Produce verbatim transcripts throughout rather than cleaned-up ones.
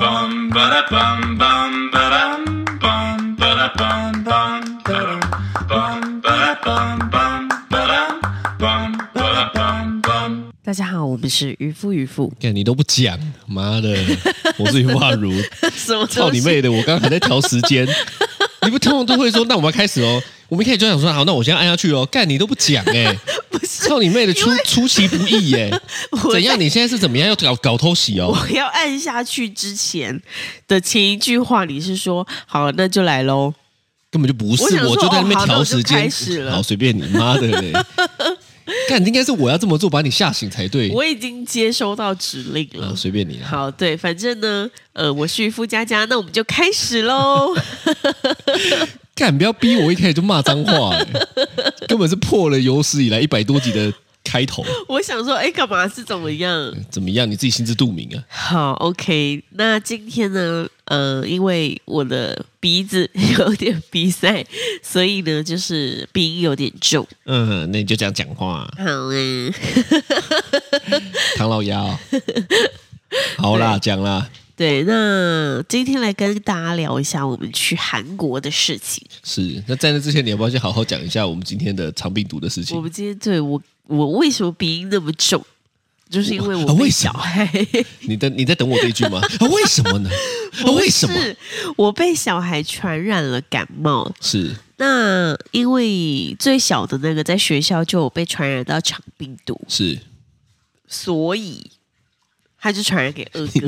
bum ba da bum bum ba dum bum ba da bum bum bum ba da bum bum ba dum bum ba da bum bum。 大家好，我们是渔夫渔妇。 干你都不讲，妈的！我是余化如， 什么？ 操你妹的！我刚刚还在调时间，你不通常都会说，那我们要开始哦。我们一开始就想说，好，那我先按下去哦。干你都不讲哎、欸，操你妹的出出其不意哎、欸！怎样？你现在是怎么样要搞搞偷袭哦？ 我要按下去之前的前一句话，你是说好，那就来喽？ 根本就不是， 我, 我就在那边调时间。 哦、开始了， 好，随便你妈的嘞！干，应该是我要这么做，把你吓醒才对。 我已经接收到指令了， 哦、随便你啦。 好，对，反正呢，呃，我是渔夫佳佳，那我们就开始喽。 干，不要逼我一开始就骂脏话、欸，根本是破了有史以来一百多集的开头。 我想说，哎，干嘛是怎么样？ 怎么样？你自己心知肚明啊。 好 ，OK， 那今天呢，呃，因为我的鼻子有点鼻塞，所以呢，就是鼻音有点重。 嗯，那你就这样讲话。 好啊， 唐老鸭、哦。好啦，讲啦。 对，那今天来跟大家聊一下我们去韩国的事情。 是，那在那之前，你要不要先好好讲一下我们今天的长病毒的事情？ 我们今天对我我为什么鼻音那么重，就是因为我被小孩。 啊、你等你在等我这一句吗？啊、为什么呢？啊、为什么？ 我被小孩传染了感冒。 是。 那因为最小的那个在学校就有被传染到肠病毒， 是， 所以。他就传染给二哥。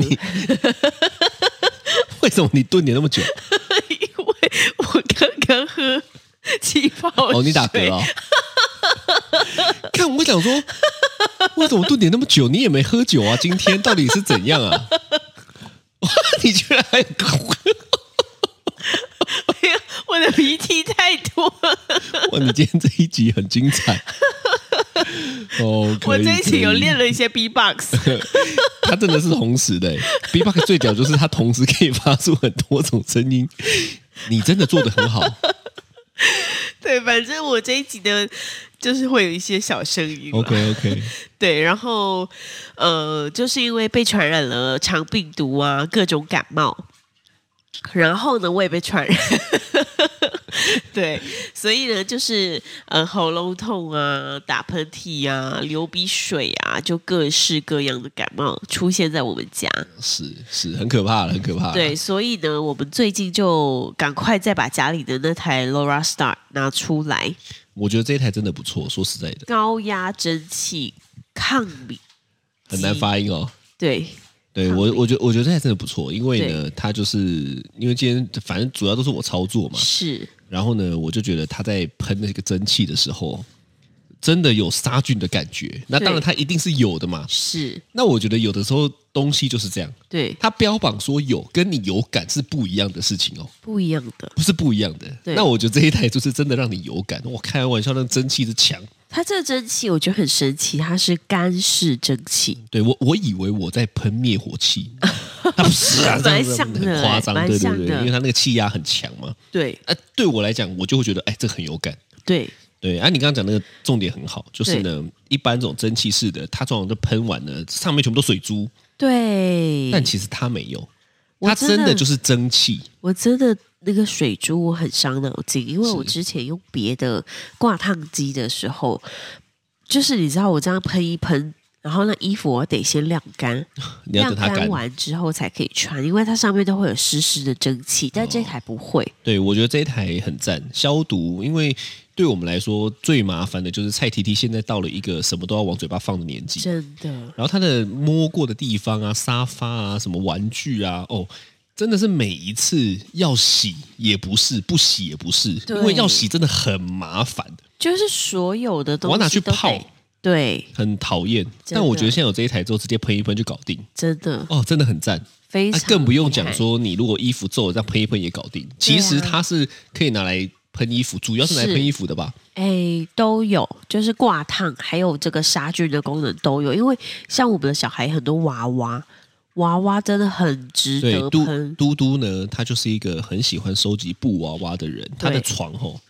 为什么你顿点那么久？ 因为我刚刚喝气泡水。 哦，你打嗝哦。看，我想说，为什么顿点那么久？你也没喝酒啊？今天到底是怎样啊？你居然还有我的鼻涕太多了。 哇，你今天这一集很精彩。哦， 我这一期有练了一些 B-box。 他真的是同时的 B-box 最屌就是他同时可以发出很多种声音，你真的做得很好。 对，反正我这一集呢，就是会有一些小声音。 OK OK。 对，然后呃，就是因为被传染了肠病毒啊，各种感冒，然后呢，我也被传染。对，所以呢，就是呃喉咙痛啊、打喷嚏啊、流鼻水啊，就各式各样的感冒出现在我们家。 是是，很可怕了，很可怕了。 对，所以呢，我们最近就赶快再把家里的那台 Laura Star 拿出来。 我觉得这一台真的不错，说实在的， 高压蒸汽抗敏， 很难发音哦。 对。 对我，我觉得我觉得这台真的不错，因为呢，它就是因为今天反正主要都是我操作嘛， 是。 然后呢，我就觉得它在喷那个蒸汽的时候，真的有杀菌的感觉。那当然，它一定是有的嘛。 是。 那我觉得有的时候东西就是这样， 对， 它标榜说有，跟你有感是不一样的事情哦， 不一样的， 不是不一样的。那我觉得这一台就是真的让你有感。我开玩笑，那蒸汽是强。 它这个蒸汽我觉得很神奇，它是干式蒸汽。 对我，我以为我在喷灭火器，它不是啊， 蛮像的， 很夸张，对对对，因为它那个气压很强嘛。 对， 啊，对我来讲，我就会觉得，哎，这很有感。 对对，啊，你刚刚讲那个重点很好，就是呢，一般这种蒸汽式的，它通常都喷完了，上面全部都水珠。 对， 但其实它没有，它真的就是蒸汽。 我真的。那个水珠我很伤脑筋，因为我之前用别的挂烫机的时候，就是你知道我这样喷一喷，然后那衣服我得先晾干， 你要等它干完之后才可以穿，因为它上面都会有湿湿的蒸汽，但这台不会。哦、 对，我觉得这一台很赞，消毒，因为对我们来说最麻烦的就是蔡 T T 现在到了一个什么都要往嘴巴放的年纪， 真的。 然后它的摸过的地方啊，沙发啊，什么玩具啊，哦。真的是每一次要洗也不是，不洗也不是，因为要洗真的很麻烦。 就是所有的东西我要拿去泡， 对， 很讨厌。但我觉得现在有这一台之后，直接喷一喷就搞定， 真的哦，真的很赞， 非常、 啊。更不用讲说，你如果衣服皱了，这样喷一喷也搞定。其实它是可以拿来喷衣服，主要是拿来喷衣服的吧？ 哎，都有，就是挂烫，还有这个杀菌的功能都有。因为像我们的小孩很多娃娃。娃娃真的很值得喷。 嘟嘟呢，他就是一个很喜欢收集布娃娃的人。他的床吼，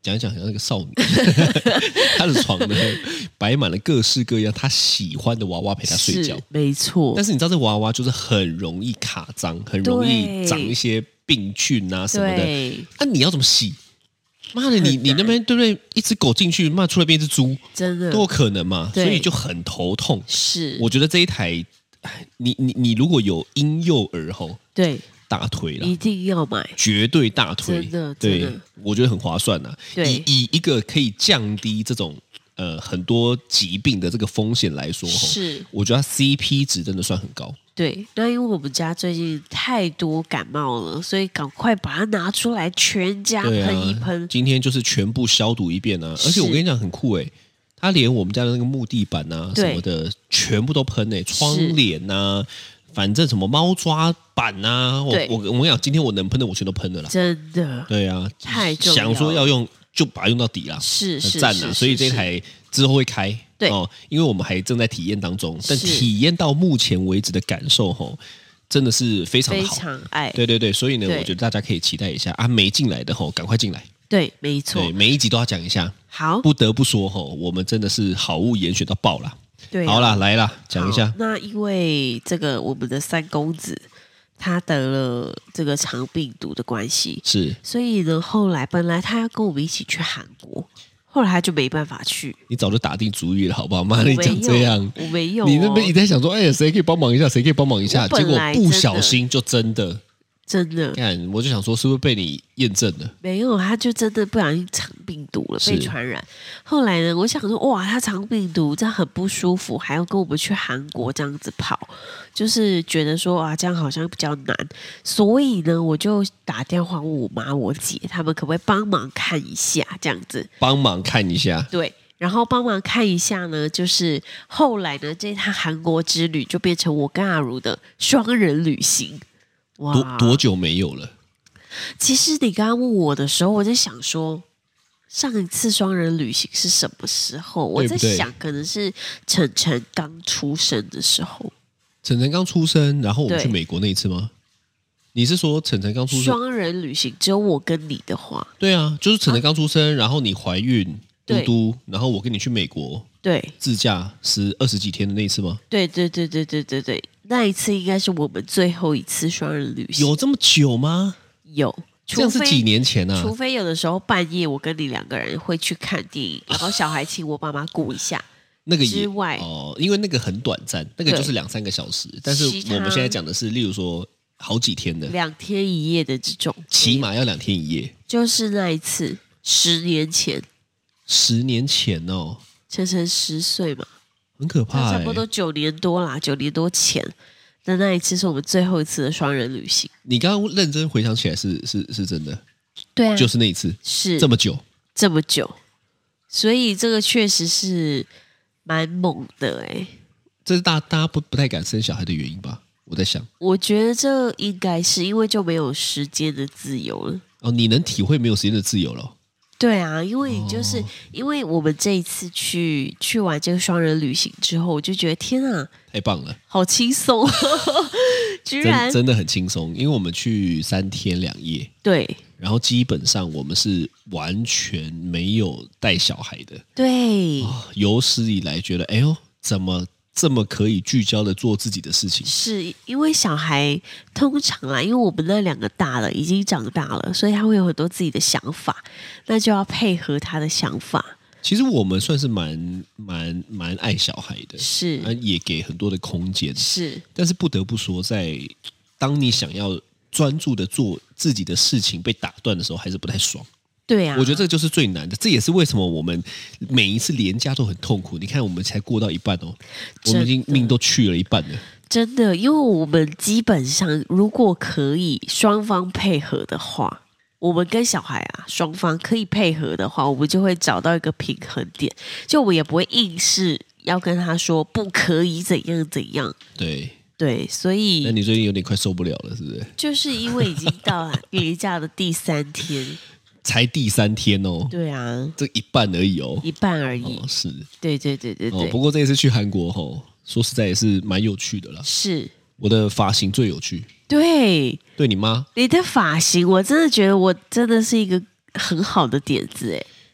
讲一讲，像那个少女，她的床呢摆满了各式各样她喜欢的娃娃陪她睡觉， 没错。 但是你知道，这娃娃就是很容易卡脏，很容易长一些病菌啊什么的。那、啊、你要怎么洗？妈的，你你那边对不对？一只狗进去，妈出来变一只猪， 真的都有可能嘛，所以就很头痛。 是， 我觉得这一台，你你你如果有婴幼儿吼， 对， 大推了， 一定要买， 绝对大推， 真的， 对， 真的我觉得很划算呐、啊。以以一个可以降低这种呃很多疾病的这个风险来说， 是， 我觉得它 C P 值真的算很高。 对，那因为我们家最近太多感冒了，所以赶快把它拿出来，全家喷一喷。 啊、今天就是全部消毒一遍啊！而且我跟你讲很酷哎，它连我们家的那个木地板啊什么的，全部都喷哎，窗帘啊，反正什么猫抓板啊，我我我跟你讲，今天我能喷的我全都喷了啦。 真的， 对啊， 太重要了， 想说要用就把它用到底啦， 是是赞啊！所以这台之后会开。 对哦，因为我们还正在体验当中，但体验到目前为止的感受吼，真的是非常好， 非常爱。 对对对，所以呢，我觉得大家可以期待一下啊，没进来的吼，赶快进来。 对，没错， 对，每一集都要讲一下。 好， 不得不说吼，我们真的是好物严选到爆啦。 对、啊， 好啦，来啦，讲一下。 那因为这个我们的三公子他得了这个肠病毒的关系， 是， 所以呢，后来本来他要跟我们一起去韩国。后来他就没办法去， 你早就打定主意了，好不好？妈，你讲这样， 我没有、哦， 你那边一直在想说，哎呀，谁可以帮忙一下？谁可以帮忙一下？结果不小心就真的， 真的， 看，我就想说，是不是被你验证了？ 没有，他就真的不小心肠病毒了，被传染。后来呢，我想说，哇，他肠病毒这样很不舒服，还要跟我们去韩国这样子跑，就是觉得说啊，这样好像比较难。所以呢，我就打电话问我妈、我姐，他们可不可以帮忙看一下，这样子。 帮忙看一下， 对。然后帮忙看一下呢，就是后来呢，这趟韩国之旅就变成我跟阿如的双人旅行。哇， 多多久没有了？ 其实你刚刚问我的时候，我在想说，上一次双人旅行是什么时候？我在想，可能是晨晨刚出生的时候。 晨晨刚出生，然后我们去美国那一次吗？你是说晨晨刚出生？ 双人旅行只有我跟你的话， 对啊，就是晨晨刚出生，啊、然后你怀孕。嘟嘟，然后我跟你去美国， 对， 自驾十二十几天的那一次吗？ 对对对对对对对，那一次应该是我们最后一次双人旅行。 有这么久吗？ 有， 这样是几年前啊？ 除非有的时候半夜我跟你两个人会去看电影，然后小孩请我爸妈顾一下。 那个也之外哦，因为那个很短暂，那个就是两三个小时。但是我们现在讲的是，例如说好几天的， 两天一夜的这种， 起码要两天一夜。 就是那一次，十年前。 十年前哦， 晨晨十岁嘛， 很可怕、欸， 差不多九年多啦，九年多前的那一次是我们最后一次的双人旅行。 你刚刚认真回想起来是，是是是真的， 对啊， 就是那一次， 是这么久， 这么久，所以这个确实是蛮猛的哎、欸。 这是大大家不不太敢生小孩的原因吧？我在想， 我觉得这应该是因为就没有时间的自由了。 哦，你能体会没有时间的自由了？ 对啊，因为你就是、 哦、 因为我们这一次去去完这个双人旅行之后，我就觉得天啊， 太棒了， 好轻松，居然真, 真的很轻松，因为我们去三天两夜， 对， 然后基本上我们是完全没有带小孩的， 对， 哦、有史以来觉得，哎呦，怎么这么可以聚焦的做自己的事情？ 是因为小孩通常啦，因为我们那两个大了，已经长大了，所以他会有很多自己的想法，那就要配合他的想法。 其实我们算是蛮蛮蛮爱小孩的， 是， 啊、也给很多的空间， 是。 但是不得不说，在当你想要专注的做自己的事情被打断的时候，还是不太爽。 对啊， 我觉得这就是最难的，这也是为什么我们每一次连假都很痛苦。你看，我们才过到一半哦，我们已经命都去了一半了。 真的，因为我们基本上如果可以双方配合的话，我们跟小孩啊双方可以配合的话，我们就会找到一个平衡点，就我们也不会硬是要跟他说不可以怎样怎样。 对对，所以那你最近有点快受不了了，是不是？ 就是因为已经到了连假的第三天。 才第三天哦， 对啊， 这一半而已哦， 一半而已。 哦、是， 对对对对对、 哦。不过这一次去韩国吼、哦，说实在也是蛮有趣的啦。 是， 我的发型最有趣。 对， 对你妈， 你的发型，我真的觉得我真的是一个很好的点子哎。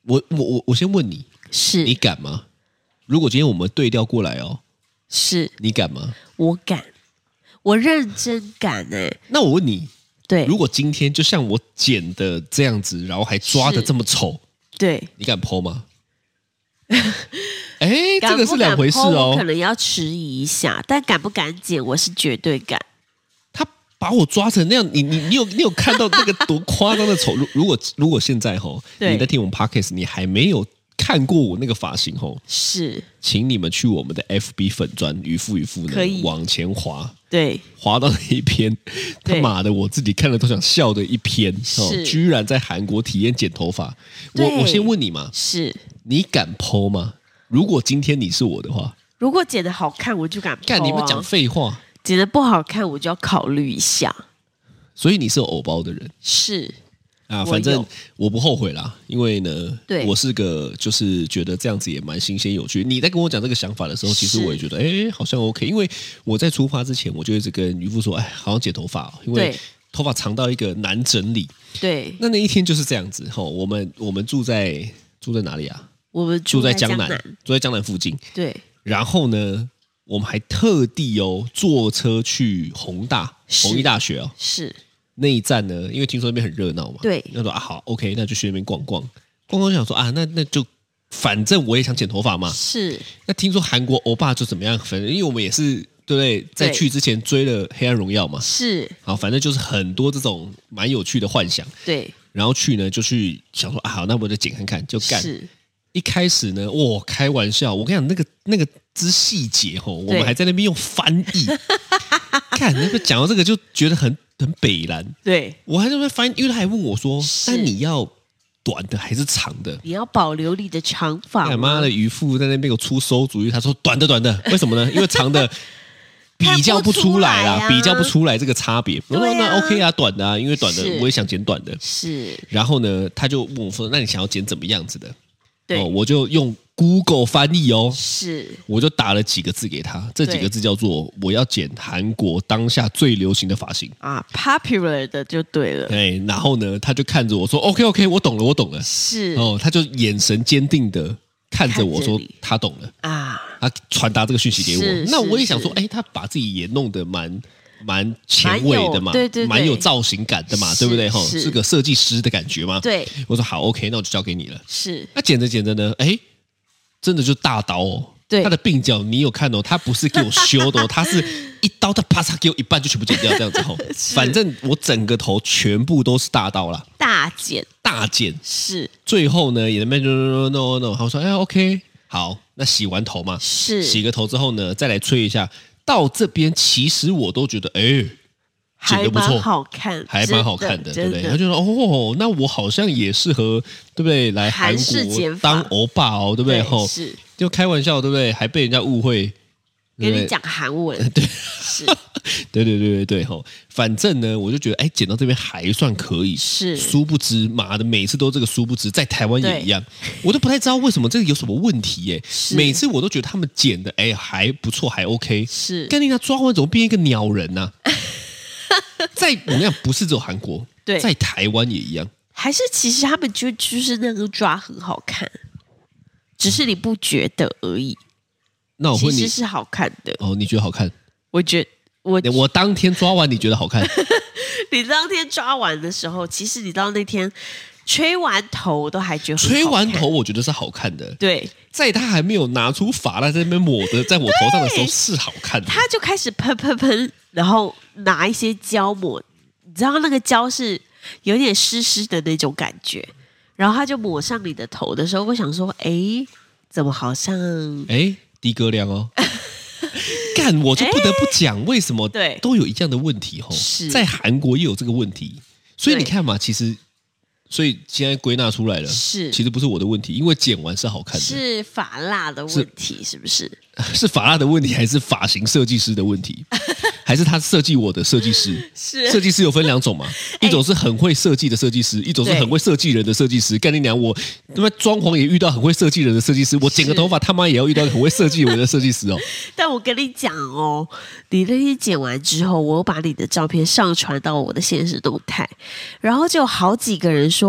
我我我我先问你， 是你敢吗？如果今天我们对调过来哦， 是， 你敢吗？ 我敢，我认真敢哎。 那我问你， 对， 如果今天就像我剪的这样子，然后还抓的这么丑， 对， 你敢 po 吗？哎， 敢不敢 po 这个是两回事哦。 我可能要迟疑一下，但敢不敢剪，我是绝对敢。 他把我抓成那样，你你你有你有看到那个多夸张的丑？如如果如果现在吼， 对你在听我们 podcast， 你还没有看过我那个发型吼， 是， 请你们去我们的 F B 粉专渔夫渔夫呢可以往前滑， 对， 滑到那一篇，他对妈的，我自己看了都想笑的一篇哦， 是居然在韩国体验剪头发。我对我先问你嘛， 是。 你敢 po 吗？如果今天你是我的话， 如果剪得好看，我就敢 po 啊。 干你们讲废话， 剪得不好看，我就要考虑一下。 所以你是有偶包的人是啊， 我反正有我不后悔啦，因为呢， 对我是个就是觉得这样子也蛮新鲜有趣。你在跟我讲这个想法的时候，其实是我也觉得，哎，好像 OK。因为我在出发之前，我就一直跟渔夫说，哎，好像剪头发哦，因为对头发长到一个难整理。 对， 那那一天就是这样子吼，我们我们住在住在哪里啊？ 我们住在江江南，住在江南附近。 对， 然后呢，我们还特地哦坐车去弘大是弘毅大学哦是， 那一站呢，因为听说那边很热闹嘛， 对那说啊好 OK，那就去那边逛逛。逛逛想说啊，那那就反正我也想剪头发嘛。 是那听说韩国欧巴就怎么样，反正因为我们也是对不对，在对去之前追了《黑暗荣耀》嘛， 是， 好，反正就是很多这种蛮有趣的幻想。 对， 然后去呢，就去想说啊，好，那我就剪看看，就干。 是， 一开始呢，哇，开玩笑，我跟你讲，那个那个之细节吼，我们还在那边用翻译，看那个讲到这个就觉得很很北蓝。 对， 我还在那边翻译，因为他还问我说， 是那你要短的还是长的？ 你要保留你的长发吗。 干妈的渔夫在那边给我出馊主意，他说短的短的，为什么呢？因为长的比较不出来啦， 看不出来啊比较不出来这个差别。我说对啊那 OK 啊，短的啊，因为短的是我也想剪短的。 是， 然后呢，他就问我说，那你想要剪怎么样子的？ 对， 哦，我就用 Google 翻译哦， 是， 我就打了几个字给他，这几个字叫做“我要剪韩国当下最流行的发型啊，popular 的就对”。了， 哎，然后呢，他就看着我说 ：“OK OK，我懂了，我懂了。” 是哦，他就眼神坚定的看着我说看着你：“ 他懂了。 啊，” 他传达这个讯息给我是， 那是我也想说， 是哎，他把自己也弄得蛮蛮前卫的嘛， 蛮有对对对蛮有造型感的嘛， 是对不对？哈， 是是个设计师的感觉嘛。 对， 我说好 OK，那我就交给你了。 是， 那剪着剪着呢，哎，真的就大刀哦。 对他的鬓角你有看哦，他不是给我修的哦，他是一刀，他啪嚓给我一半就全部剪掉这样子吼。反正我整个头全部都是大刀啦， 大剪大剪。 是最后呢，也在那边 no no no no，他说哎 OK，好，那洗完头嘛， 是， 洗个头之后呢，再来吹一下。到这边其实我都觉得哎。剪还得不错蛮好看， 还蛮好看的，对不对？ 真的他就说哦，那我好像也适合，对不对？来韩韩式国剪法当欧巴哦，对不对？吼， 是就开玩笑，对不对？还被人家误会，对不对跟你讲韩文， 对， 是对对对对对，吼，反正呢，我就觉得，哎，剪到这边还算可以， 是殊不知，妈的，每次都这个殊不知，在台湾也对一样，我都不太知道为什么这个有什么问题耶。 是每次我都觉得他们剪的，哎，还不错，还 OK， 是， 跟人家抓完怎么变一个鸟人呢、啊？在我跟你讲，不是只有韩国， 对在台湾也一样。 还是其实他们就就是那个抓很好看，只是你不觉得而已， 那我问你其实，是好看的。 哦，你觉得好看？ 我觉我我当天抓完，你觉得好看？ 你当天抓完的时候，其实你到那天吹完头都还觉得很好看吹完头，我觉得是好看的。 对， 在他还没有拿出发蜡在那边抹的，在我头上的时候对是好看的。 他就开始喷喷喷，然后拿一些胶抹，你知道那个胶是有点湿湿的那种感觉，然后他就抹上你的头的时候，我想说，哎，怎么好像哎，低哥亮哦。干，我就不得不讲，为什么对都有一样的问题吼？ 是在韩国也有这个问题，所以对你看嘛，其实，所以现在归纳出来了， 是其实不是我的问题，因为剪完是好看的， 是发蜡的问题，是不是？ 是发蜡的问题，还是发型设计师的问题，还是他设计我的设计师？ 是设计师有分两种嘛，一种是很会设计的设计师，一种是很会设计人的设计师。干你娘！我他妈装潢也遇到很会设计人的设计师，我剪个头发他妈也要遇到很会设计人的设计师哦。 但我跟你讲哦，你那天剪完之后，我把你的照片上传到我的现实动态，然后就有好几个人说：“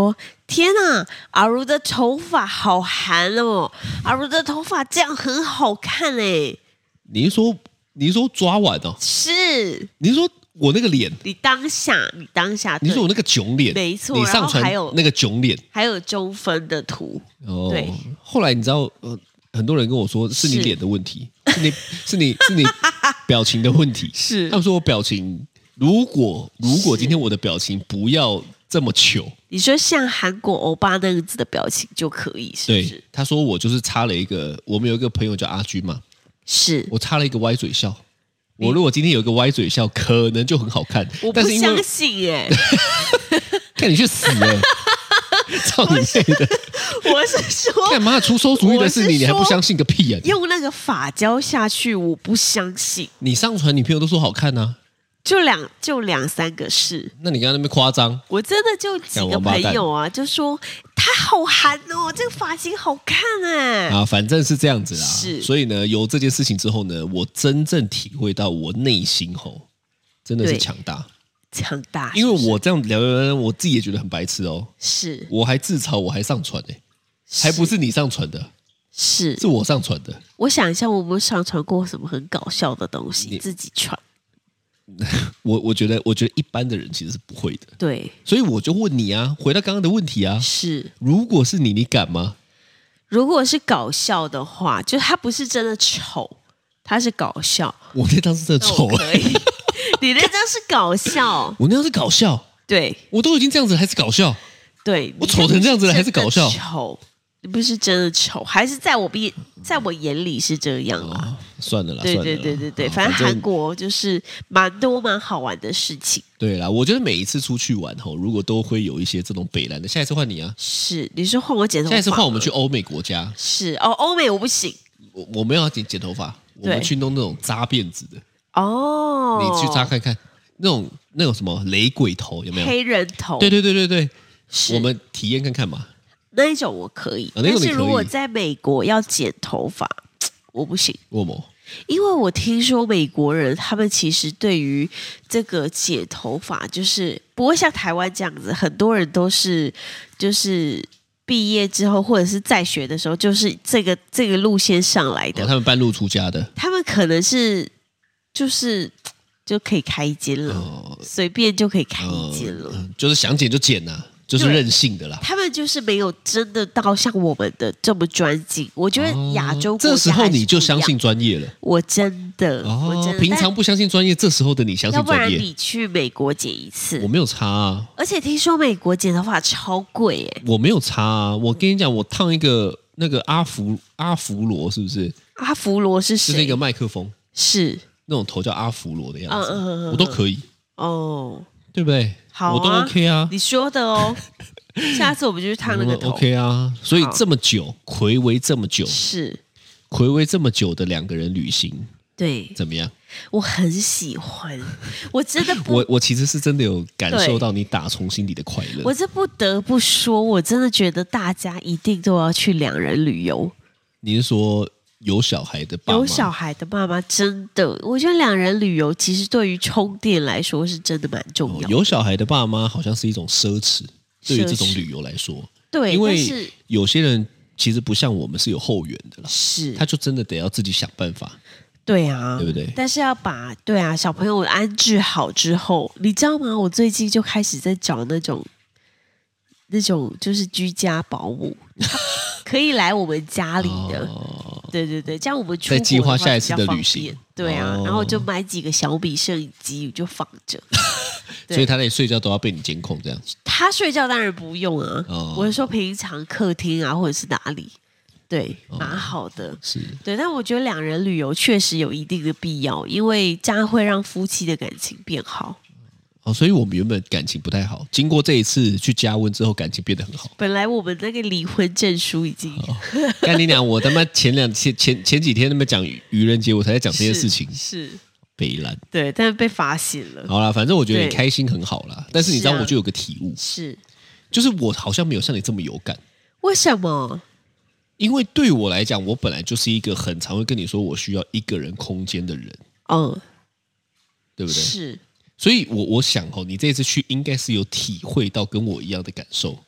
天哪，阿如的头发好韩哦，阿如的头发这样很好看哎。 你是说你是说抓完哦？ 是， 你是说我那个脸？ 你当下，你当下， 你说我那个囧脸？ 没错， 你上传还有那个囧脸， 还有中分的图。 哦， 对。 后来你知道，呃，很多人跟我说是你脸的问题，是你是你是你表情的问题。 是， 他们说我表情，如果如果今天我的表情不要这么糗， 你说像韩国欧巴那样子的表情就可以，是不是？ 对，他说我就是插了一个，我们有一个朋友叫阿军嘛， 是我插了一个歪嘴笑。我如果今天有一个歪嘴笑，可能就很好看。 我不相信耶！ 看你去死哎！操你妹的！ 我是说， 干嘛出馊主意的是你，你还不相信个屁啊！ 用那个发胶下去，我不相信。 你上传女朋友都说好看啊， 就两就两三个是。 那你刚刚那边夸张， 我真的就几个朋友啊，就说他好韩哦，这个发型好看哎啊，反正是这样子啦。 是， 所以呢，有这件事情之后呢，我真正体会到我内心吼真的是强大。 强大， 因为我这样聊聊聊，我自己也觉得很白痴哦。 是， 我还自嘲，我还上传哎，还不是你上传的， 是是我上传的。 我想一下，我们上传过什么很搞笑的东西，自己传。 我我觉得，我觉得一般的人其实是不会的。 对， 所以我就问你啊，回到刚刚的问题啊， 是， 如果是你，你敢吗？ 如果是搞笑的话，就他不是真的丑，他是搞笑。 我那张是真的丑， 可以。你那张是搞笑， 我那张是搞笑， 对， 我都已经这样子还是搞笑， 对我丑成这样子了还是搞笑， 丑，你不是真的丑，还是在我眼在我眼里是这样啦。 哦、算了啦， 对算了啦对对对对， 哦、 反正韩国就是蛮多蛮好玩的事情。 对啦，我觉得每一次出去玩吼，如果都会有一些这种北蓝的，下一次换你啊， 是，你是换我剪头发， 下一次换我们去欧美国家， 是哦，欧美我不行， 我我们要剪剪头发，我们去弄那种扎辫子的。 哦， 你去扎看看那种那种什么雷鬼头有没有？ 黑人头？ 对对对对对， 是我们体验看看嘛。 那一种我可以， 啊、那种你可以但是如果在美国要剪头发，我不行。 为什么？ 因为我听说美国人他们其实对于这个剪头发，就是不会像台湾这样子，很多人都是就是毕业之后或者是在学的时候，就是这个这个路线上来的。 哦、他们半路出家的， 他们可能是就是就可以开一间了，哦、随便就可以开一间了， 呃、就是想剪就剪呐、啊。就是任性的啦， 他们就是没有真的到像我们的这么专精。我觉得亚洲国家、 哦、这时候你就相信专业了， 我真的， 哦、 我真的平常不相信专业，这时候的你相信专业。 要不然你去美国剪一次， 我没有差啊。 而且听说美国剪头发超贵耶， 我没有差啊。我跟你讲，我烫一个那个阿福阿福罗是不是？ 阿福罗是谁？ 就是一个麦克风， 是那种头叫阿福罗的样子， 嗯嗯嗯嗯我都可以哦， 对不对？ 好、啊， 我都 OK 啊。 你说的哦。下次我们就去烫那个头 ，OK 啊。所以这么久，睽违这么久， 是睽违这么久的两个人旅行， 对， 怎么样？ 我很喜欢，我真的不， 我我其实是真的有感受到你打从心底的快乐。 我这不得不说，我真的觉得大家一定都要去两人旅游。 你是说有小孩的爸妈？ 有小孩的爸妈真的，我觉得两人旅游其实对于充电来说是真的蛮重要的、 哦。有小孩的爸妈好像是一种奢侈。对于这种旅游来说， 对， 因为有些人其实不像我们是有后援的啦， 是， 他就真的得要自己想办法， 对啊， 对不对？ 但是要把对啊小朋友安置好之后，你知道吗？我最近就开始在找那种那种就是居家保姆，可以来我们家里的，哦、对对对，这样我们出国再计划下一次的旅行， 对啊， 哦、 然后就买几个小米摄影机就放着。 所以他连睡觉都要被你监控，这样子。 他睡觉当然不用啊， 哦、 我是说平常客厅啊，或者是哪里，对，蛮、哦、好的。 是， 对，但我觉得两人旅游确实有一定的必要，因为这样会让夫妻的感情变好。 哦，所以我们原本感情不太好，经过这一次去加温之后，感情变得很好。 本来我们那个离婚证书已经…… 哦、干你娘！我他妈前两前前前几天那么讲愚人节，我才在讲这件事情。 是。是北兰对，但是被发现了。 好啦，反正我觉得你开心很好啦。但是你知道，我就有个体悟， 是、啊， 就是我好像没有像你这么有感。 为什么？ 因为对我来讲，我本来就是一个很常会跟你说我需要一个人空间的人。嗯，对不对？ 是。 所以我我想哦，你这次去应该是有体会到跟我一样的感受，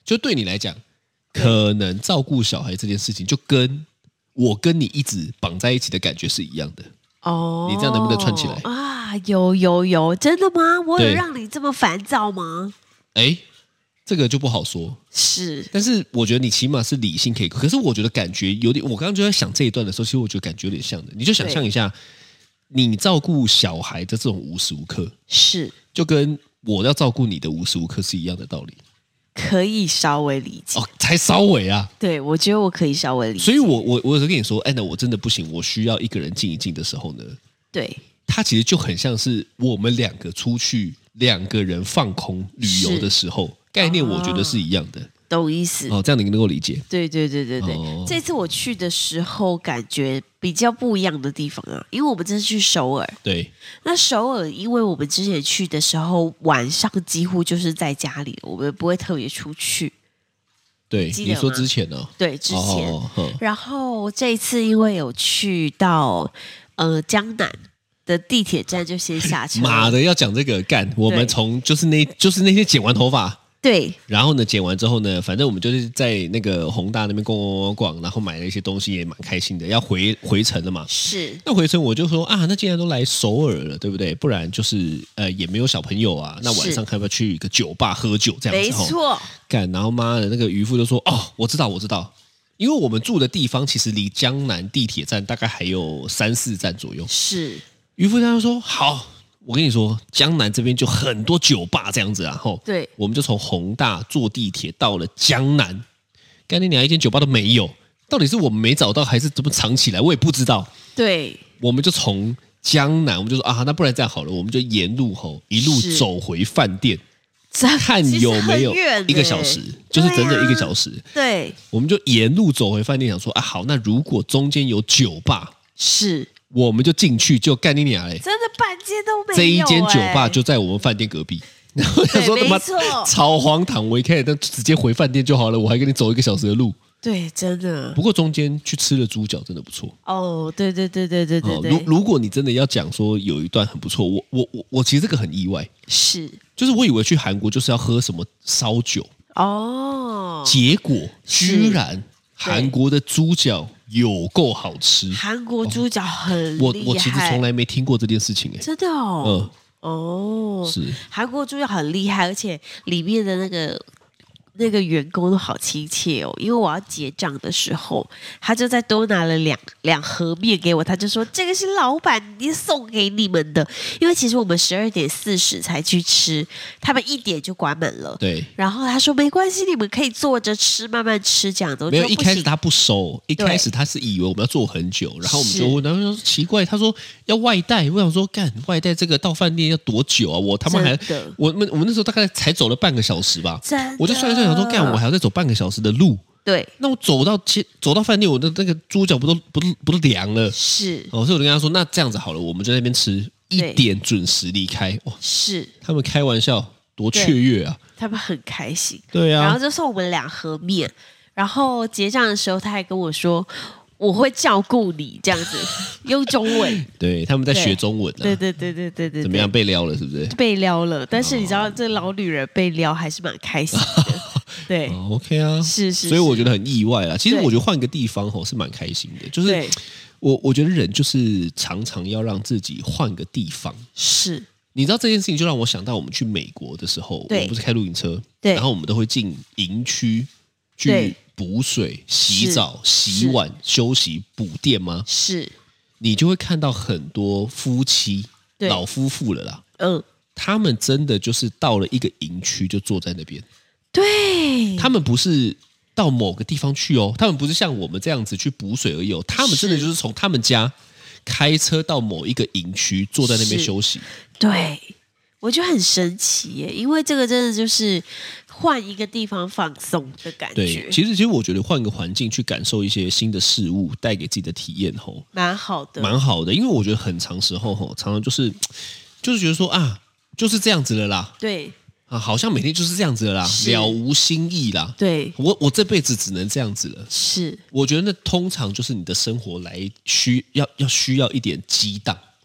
就对你来讲，可能照顾小孩这件事情，就跟我跟你一直绑在一起的感觉是一样的。 哦， 你这样能不能串起来啊？有有有，真的吗？我有对让你这么烦躁吗？ 哎，这个就不好说。 是， 但是我觉得你起码是理性可以，可是我觉得感觉有点，我刚刚就在想这一段的时候，其实我觉得感觉有点像的。你就想象一下，你照顾小孩的这种无时无刻， 是就跟我要照顾你的无时无刻是一样的道理。 可以稍微理解。 哦，才稍微啊。 对，我觉得我可以稍微理解。 所以我我我有时候跟你说，哎，那我真的不行，我需要一个人静一静的时候呢， 对， 它其实就很像是我们两个出去两个人放空旅游的时候，概念我觉得是一样的。 懂意思。 哦，这样你能够理解。 对对对对对， 哦这次我去的时候感觉比较不一样的地方啊，因为我们这次去首尔， 对， 那首尔因为我们之前去的时候晚上几乎就是在家里，我们不会特别出去。 对， 记得吗你说之前呢、 对，之前， 哦哼然后这一次因为有去到呃江南的地铁站，就先下车。 妈的，要讲这个干，我们从就是那就是那天剪完头发， 对然后呢剪完之后呢，反正我们就是在那个宏大那边逛逛逛逛，然后买了一些东西，也蛮开心的。要回回程了嘛， 是， 那回程我就说啊，那既然都来首尔了，对不对？不然就是呃也没有小朋友啊，那晚上要不要去一个酒吧喝酒这样没子？ 错， 干，然后妈的那个渔夫就说哦，我知道我知道，因为我们住的地方其实离江南地铁站大概还有三四站左右。 是渔夫他就说好，我跟你说，江南这边就很多酒吧这样子啊，吼， 对我们就从宏大坐地铁到了江南，干你娘，一间酒吧都没有，到底是我们没找到，还是怎么藏起来，我也不知道。 对， 我们就从江南，我们就说啊，那不然这样好了，我们就沿路吼一路是走回饭店， 这看有没有其实很远一个小时，就是整整一个小时。 对， 我们就沿路走回饭店，想说啊，好，那如果中间有酒吧， 是我们就进去，就干你娘嘞！ 真的半间都没有、 这一间酒吧哎就在我们饭店隔壁。然后他说他妈对没错超荒唐，我一开始但直接回饭店就好了，我还跟你走一个小时的路。 对，真的不过中间去吃了猪脚，真的不错。 哦，对对对对对对哦， 对， 如如果你真的要讲说有一段很不错，我我我我其实这个很意外， 是就是我以为去韩国就是要喝什么烧酒， 哦， 结果是居然韩国的猪脚有够好吃。 韩国猪脚很我厉害， 我其实从来没听过这件事情哎、 真的哦， 嗯， 哦， 是韩国猪脚很厉害，而且里面的那个那个员工都好亲切哦。因为我要结账的时候，他就再多拿了两两盒面给我，他就说这个是老板你送给你们的。因为其实我们十二点四十才去吃，他们一点就关门了。 对。 然后他说没关系，你们可以坐着吃，慢慢吃这样子。我没有， 说不行一开始他不收，一开始他是以为我们要做很久，然后我们就问，然后说奇怪，他说要外带，我想说干外带这个到饭店要多久啊？我他妈还真的我们我们那时候大概才走了半个小时吧， 真的我就算一算想说干，我还要再走半个小时的路， 对， 那我走到街走到饭店，我的那个猪脚不都不都不都凉了？ 是哦，所以我就跟他说，那这样子好了，我们就在那边吃，一对点准时离开。哇， 是， 他们开玩笑多雀跃啊！ 他们很开心。 对啊， 然后就送我们两盒面，然后结账的时候他还跟我说我会照顾你这样子，用中文。 对，他们在对学中文啊， 对对对对对对， 怎么样被撩了是不是？ 被撩了？但是你知道，这老女人被撩还是蛮开心的。对， 哦，OK 啊， 是是， 所以我觉得很意外啦。其实对我觉得换个地方吼是蛮开心的，就是对我我觉得人就是常常要让自己换个地方。 是， 你知道这件事情就让我想到我们去美国的时候，我对们不是开露营车， 对然后我们都会进营区对去补水、洗是澡、洗碗、休息、补电吗？ 是， 你就会看到很多夫妻、 对老夫妇了啦， 嗯， 他们真的就是到了一个营区就坐在那边， 对， 他们不是到某个地方去哦，他们不是像我们这样子去补水而已哦，他们真的是就是从他们家开车到某一个营区，坐在那边是休息。 对，我觉得很神奇耶，因为这个真的就是换一个地方放松的感对， 觉， 其实其实我觉得换个环境去感受一些新的事物，带给自己的体验吼， 蛮好的， 蛮好的。因为我觉得很长时候吼，常常就是就是觉得说啊，就是这样子了啦， 对啊，好像每天就是这样子了啦， 是了无新意啦。 对我我这辈子只能这样子了。 是， 我觉得那通常就是你的生活来需要要需要一点激荡，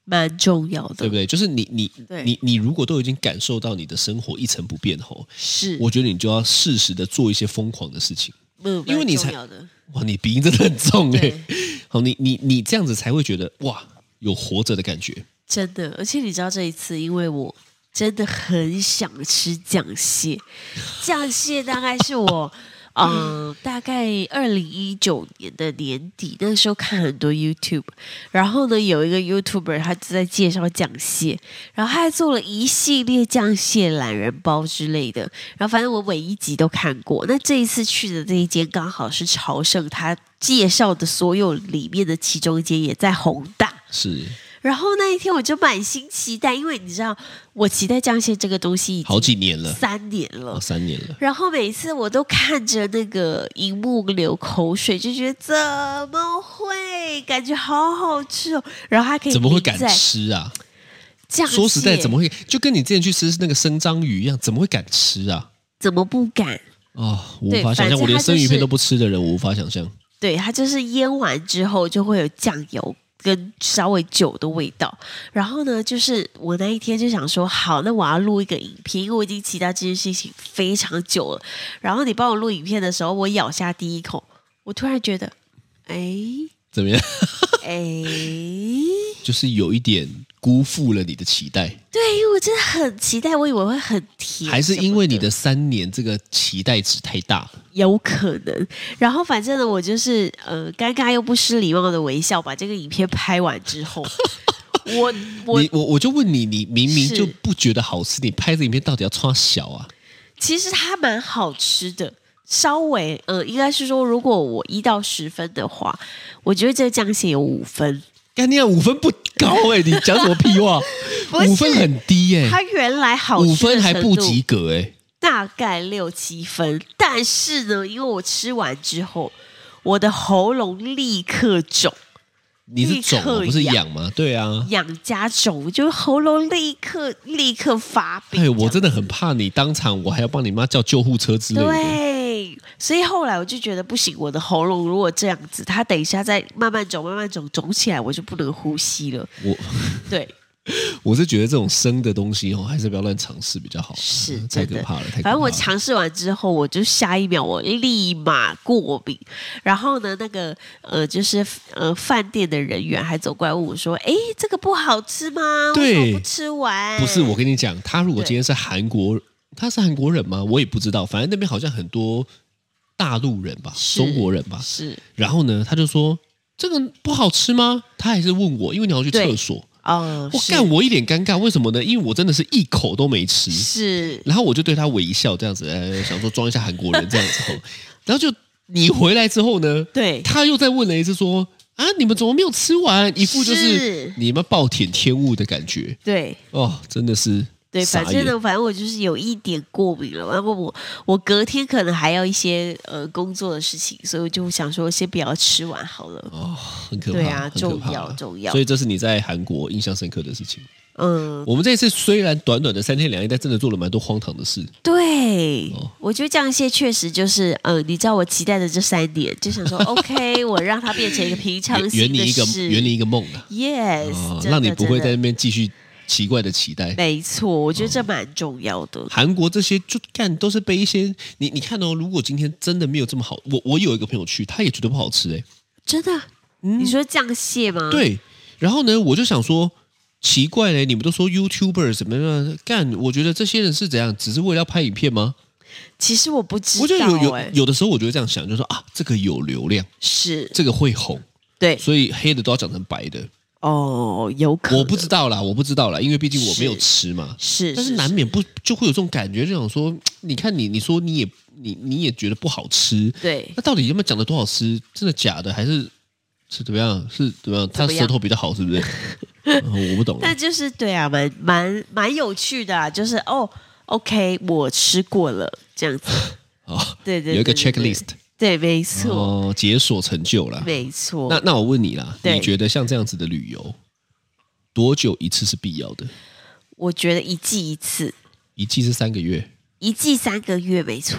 蛮重要的， 对不对？就是你你对你你如果都已经感受到你的生活一成不变后， 是， 我觉得你就要适时的做一些疯狂的事情， 嗯， 因为你才蛮重要的， 哇，你鼻音真的很重哎、 对好，你你你这样子才会觉得哇，有活着的感觉。 真的，而且你知道这一次，因为我真的很想吃酱蟹，酱蟹大概是我。嗯，大概二零一九年的年底，那时候看很多 YouTube，然后呢，有一个 YouTuber 他就在介绍酱蟹，然后他还做了一系列酱蟹懒人包之类的，然后反正我每一集都看过。那这一次去的这一间刚好是朝圣，他介绍的所有里面的其中一间也在宏大。 是然后那一天我就满心期待，因为你知道我期待酱蟹这个东西已经好几年了， 三年了， 哦，三年了。 然后每次我都看着那个荧幕流口水，就觉得怎么会，感觉好好吃哦。然后还可以怎么会敢淋在吃啊？ 酱蟹说实在，怎么会？就跟你之前去吃那个生章鱼一样，怎么会敢吃啊？ 怎么不敢？ 哦，我无对法想象， 反正它我连生鱼就是片都不吃的人，我无法想象。 对，它就是腌完之后就会有酱油跟稍微酒的味道。然后呢，就是我那一天就想说，好，那我要录一个影片，因为我已经期待这件事情非常久了。然后你帮我录影片的时候，我咬下第一口，我突然觉得，哎怎么样？ 哎， 就是有一点辜负了你的期待， 对，因为我真的很期待，我以为会很甜， 还是因为你的三年这个期待值太大了？ 有可能。然后反正呢，我就是呃尴尬又不失礼貌的微笑，把这个影片拍完之后，我我你我我就问你，你明明是就不觉得好吃，你拍这影片到底要穿小啊？ 其实它蛮好吃的。稍微呃，应该是说，如果我一到十分的话，我觉得这个酱蟹有五分。 干你啊，五分不高哎、你讲什么屁话？ 不是五分很低哎、 它原来好吃的五分还不程度及格哎、 大概六七分。但是呢，因为我吃完之后，我的喉咙立刻肿， 你是肿、啊、不是立刻痒痒吗？对啊。 痒加肿，就是喉咙立刻立刻发病。 哎，我真的很怕你当场，我还要帮你妈叫救护车之类的。 对，所以后来我就觉得不行，我的喉咙如果这样子，它等一下再慢慢肿、慢慢肿，肿起来我就不能呼吸了。 我对， 我是觉得这种生的东西哦，还是不要乱尝试比较好。 是太真的可怕了，太可怕了。 反正我尝试完之后，我就下一秒我立马过敏。然后呢，那个呃，就是呃，饭店的人员还走过来问我说：“哎，这个不好吃吗？为什么不吃完？” 不是，我跟你讲，他如果对今天是韩国，他是韩国人吗？我也不知道，反正那边好像很多大陆人吧， 是中国人吧。 是然后呢，他就说这个不好吃吗？他还是问我，因为你要去厕对所。 哦，是我干，我一脸尴尬，为什么呢？因为我真的是一口都没吃。 是然后我就对他微笑，这样子，呃，想说装一下韩国人这样子后，然后就你回来之后呢， 对他又再问了一次说啊，你们怎么没有吃完？一副就是是你们暴殄天物的感觉对。 哦，真的是对， 傻眼反正呢，反正我就是有一点过敏了，然后我我隔天可能还要一些呃工作的事情，所以我就想说先不要吃完好了。 哦，很可怕， 对啊很可重怕要重要所以这是你在韩国印象深刻的事情。 嗯， 我们这次虽然短短的三天两夜，但真的做了蛮多荒唐的事。 对， 哦我觉得酱蟹确实就是呃，你知道我期待的这三年，就想说 OK，我让它变成一个平常圆心圆你一个的事， 圆你一个梦啊， Yes，、 哦， 真的让你不会在真的那边继续奇怪的期待。 没错，我觉得这蛮重要的。 韩国这些就干都是被一些你你看哦，如果今天真的没有这么好，我我有一个朋友去，他也觉得不好吃哎， 真的，你说酱蟹吗？， 对，然后呢，我就想说奇怪嘞，你们都说 YouTuber 怎么样干，我觉得这些人是怎样，只是为了要拍影片吗？ 其实我不知道、欸， 我觉得有有有的时候我就会这样想，就说啊，这个有流量， 是这个会红， 对所以黑的都要讲成白的。 哦，有可能我不知道啦，我不知道啦，因为毕竟我没有是吃嘛。 是， 但是难免不就会有这种感觉，就想说，你看你，你说你也你你也觉得不好吃， 对那到底有没有讲的多好吃？真的假的？还是是怎么样？是怎么样？他怎么样舌头比较好，是不是？嗯我不懂了但。就是对啊，蛮蛮蛮有趣的啊，就是哦，OK，我吃过了这样子， 哦， 对对对有一个对对 checklist， 对，没错， 哦，解锁成就啦。 没错。 那那我问你啦， 对你觉得像这样子的旅游，多久一次是必要的？ 我觉得一季一次， 一季是三个月， 一季三个月，没错，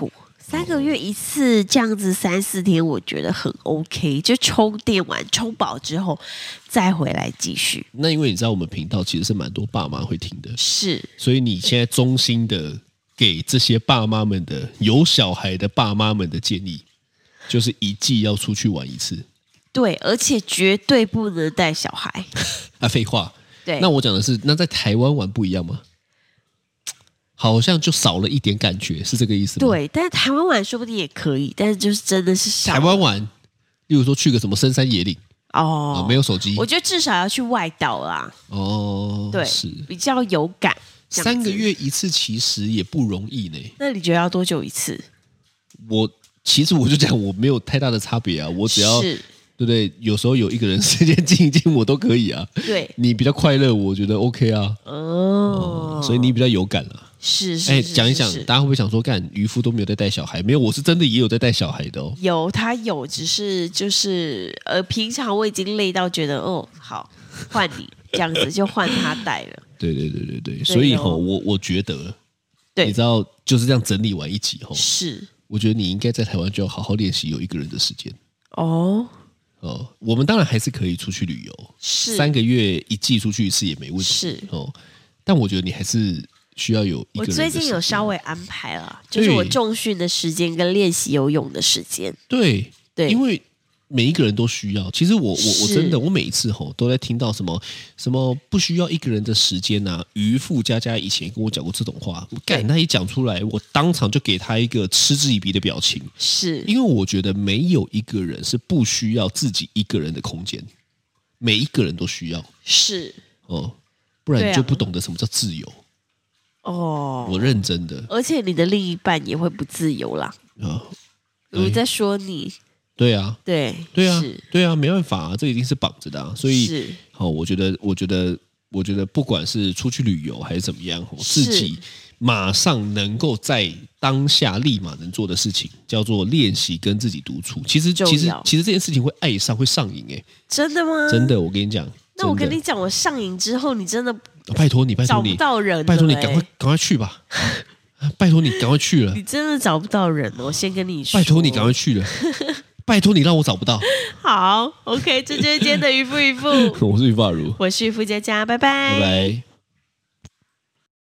三个月一次这样子三四天，我觉得很 OK， 就充电完充饱之后再回来继续。 那因为你知道我们频道其实是蛮多爸妈会听的， 是， 所以你现在衷心的给这些爸妈们的有小孩的爸妈们的建议，就是一季要出去玩一次。 对，而且绝对不能带小孩。 啊，废话。 对， 那我讲的是，那在台湾玩不一样吗？好像就少了一点感觉，是这个意思吗？ 对，但是台湾玩说不定也可以，但是就是真的是少。 台湾玩，例如说去个什么深山野岭哦、 啊，没有手机， 我觉得至少要去外岛啦。 哦， 对， 是比较有感。 三个月一次其实也不容易呢。 那你觉得要多久一次？ 我其实我就讲我没有太大的差别啊，我只要是对不对？有时候有一个人时间静一静，我都可以啊。 对， 你比较快乐，我觉得 OK 啊。 哦， 哦所以你比较有感啊。 是是， 哎， 是讲一讲， 是是大家会不会想说，干渔夫都没有在带小孩？没有，我是真的也有在带小孩的哦。 有他有，只是就是呃，平常我已经累到觉得哦，好换你这样子，就换他带了。 对对对对对，所以吼，我我觉得， 对你知道就是这样整理完一集吼， 是我觉得你应该在台湾就要好好练习有一个人的时间哦， 哦。我们当然还是可以出去旅游， 是三个月一季出去一次也没问题是哦。但我觉得你还是需要有一个人的时间。 我最近有稍微安排了，就是我重训的时间跟练习游泳的时间。 对对， 因为每一个人都需要。其实我我我是真的我每一次吼都在听到什么什么不需要一个人的时间啊，渔夫佳佳以前跟我讲过这种话，干他一讲出来，我当场就给他一个嗤之以鼻的表情。 是因为我觉得没有一个人是不需要自己一个人的空间，每一个人都需要是哦，不然对啊你就不懂得什么叫自由。 哦， 我认真的而且你的另一半也会不自由啦。 啊， 我在说你， 对啊， 对对啊是， 对啊，没办法啊，这一定是绑着的啊。所以， 是好、我觉得，我觉得，我觉得，不管是出去旅游还是怎么样， 是自己马上能够在当下立马能做的事情，叫做练习跟自己独处。其实， 重要其实，其实这件事情会爱上，会上瘾哎、 真的吗？ 真的，我跟你讲。 那我真的跟你讲，我上瘾之后，你真的拜托你，拜找不托你， 到人了、 拜托你， 欸赶快赶快去吧！拜托你，赶快去了！ 你真的找不到人了。我先跟你说， 拜托你，赶快去了！拜托你，让我找不到。 好 ，OK，这就是今天的渔夫渔夫， 我是于发如， 我是渔夫佳佳，拜拜， 拜拜。